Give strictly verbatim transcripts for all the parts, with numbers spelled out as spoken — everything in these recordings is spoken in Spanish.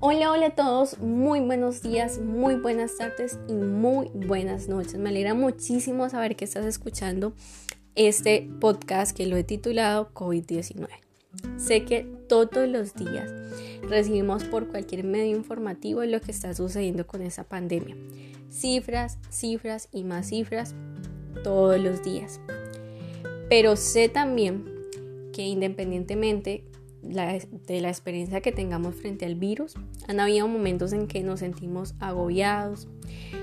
Hola, hola a todos, muy buenos días, muy buenas tardes y muy buenas noches. Me alegra muchísimo saber que estás escuchando este podcast que lo he titulado COVID diecinueve. Sé que todos los días recibimos por cualquier medio informativo lo que está sucediendo con esta pandemia. Cifras, cifras y más cifras todos los días. Pero sé también que independientemente La, de la experiencia que tengamos frente al virus, han habido momentos en que nos sentimos agobiados,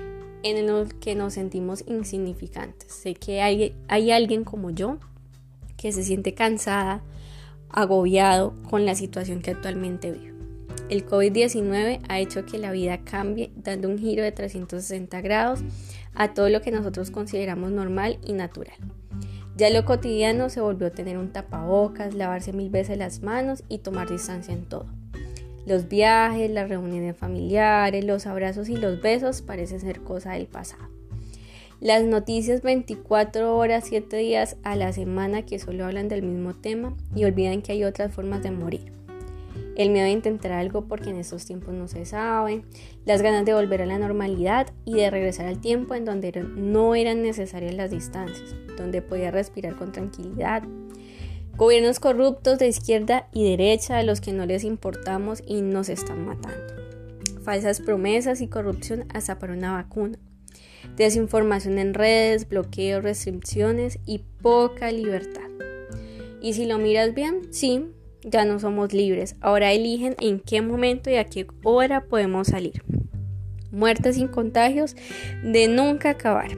en los que nos sentimos insignificantes. Sé que hay, hay alguien como yo que se siente cansada, agobiado con la situación que actualmente vive. El COVID diecinueve ha hecho que la vida cambie, dando un giro de trescientos sesenta grados a todo lo que nosotros consideramos normal y natural. Ya lo cotidiano se volvió a tener un tapabocas, lavarse mil veces las manos y tomar distancia en todo. Los viajes, las reuniones familiares, los abrazos y los besos parecen ser cosa del pasado. Las noticias veinticuatro horas, siete días a la semana que solo hablan del mismo tema y olvidan que hay otras formas de morir. El miedo a intentar algo porque en estos tiempos no se sabe, las ganas de volver a la normalidad y de regresar al tiempo en donde no eran necesarias las distancias, donde podía respirar con tranquilidad. Gobiernos corruptos de izquierda y derecha a los que no les importamos y nos están matando. Falsas promesas y corrupción hasta para una vacuna. Desinformación en redes, bloqueos, restricciones y poca libertad. Y si lo miras bien, sí, ya no somos libres. Ahora eligen en qué momento y a qué hora podemos salir. Muertes sin contagios de nunca acabar.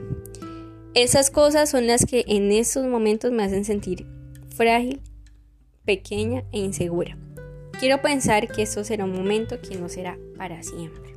Esas cosas son las que en estos momentos me hacen sentir frágil, pequeña e insegura. Quiero pensar que esto será un momento que no será para siempre.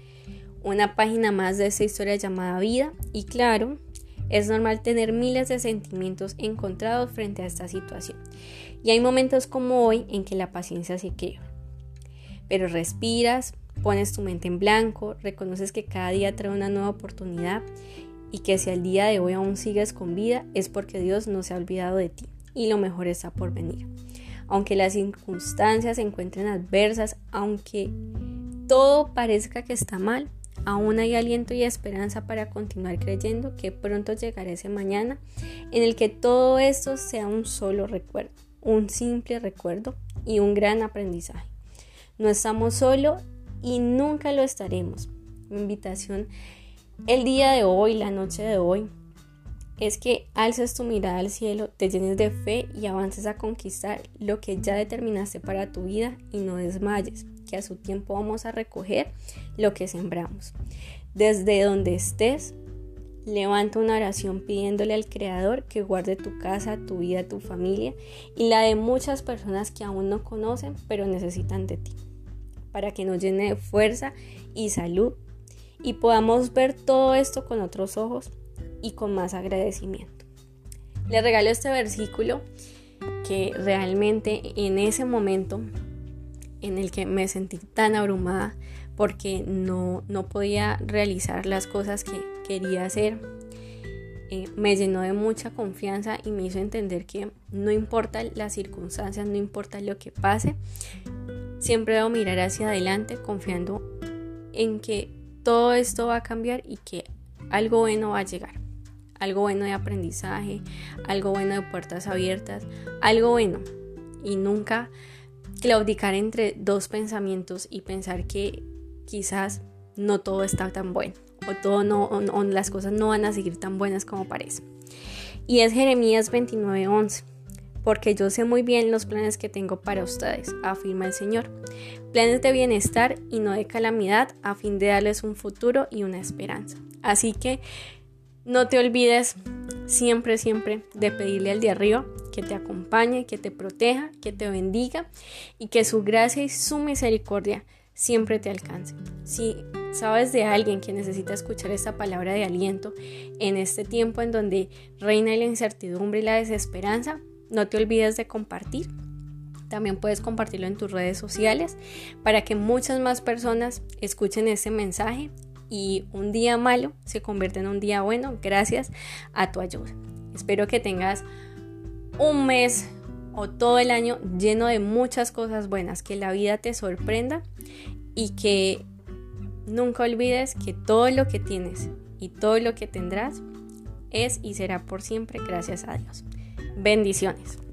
Una página más de esta historia llamada vida y claro, es normal tener miles de sentimientos encontrados frente a esta situación. Y hay momentos como hoy en que la paciencia se quiebra. Pero respiras, pones tu mente en blanco, reconoces que cada día trae una nueva oportunidad y que si al día de hoy aún sigues con vida es porque Dios no se ha olvidado de ti y lo mejor está por venir. Aunque las circunstancias se encuentren adversas, aunque todo parezca que está mal, aún hay aliento y esperanza para continuar creyendo que pronto llegará ese mañana en el que todo esto sea un solo recuerdo, un simple recuerdo y un gran aprendizaje. No estamos solos y nunca lo estaremos. Mi invitación el día de hoy, la noche de hoy, es que alces tu mirada al cielo, te llenes de fe y avances a conquistar lo que ya determinaste para tu vida y no desmayes, que a su tiempo vamos a recoger lo que sembramos. Desde donde estés, levanta una oración pidiéndole al Creador que guarde tu casa, tu vida, tu familia y la de muchas personas que aún no conocen pero necesitan de ti, para que nos llene de fuerza y salud y podamos ver todo esto con otros ojos y con más agradecimiento. Les regalo este versículo que realmente en ese momento en el que me sentí tan abrumada porque no, no podía realizar las cosas que quería hacer, eh, me llenó de mucha confianza y me hizo entender que no importa las circunstancias, no importa lo que pase, siempre debo mirar hacia adelante confiando en que todo esto va a cambiar y que algo bueno va a llegar, algo bueno de aprendizaje, algo bueno de puertas abiertas, algo bueno y nunca claudicar entre dos pensamientos y pensar que quizás no todo está tan bueno o, todo no, o, o las cosas no van a seguir tan buenas como parece. Y es Jeremías veintinueve once. Porque yo sé muy bien los planes que tengo para ustedes, afirma el Señor. Planes de bienestar y no de calamidad, a fin de darles un futuro y una esperanza. Así que no te olvides siempre, siempre de pedirle al de arriba que te acompañe, que te proteja, que te bendiga y que su gracia y su misericordia siempre te alcance. Si sabes de alguien que necesita escuchar esta palabra de aliento en este tiempo en donde reina la incertidumbre y la desesperanza, no te olvides de compartir. También puedes compartirlo en tus redes sociales para que muchas más personas escuchen este mensaje y un día malo se convierta en un día bueno gracias a tu ayuda. Espero que tengas un mes o todo el año lleno de muchas cosas buenas, que la vida te sorprenda y que nunca olvides que todo lo que tienes y todo lo que tendrás es y será por siempre gracias a Dios. Bendiciones.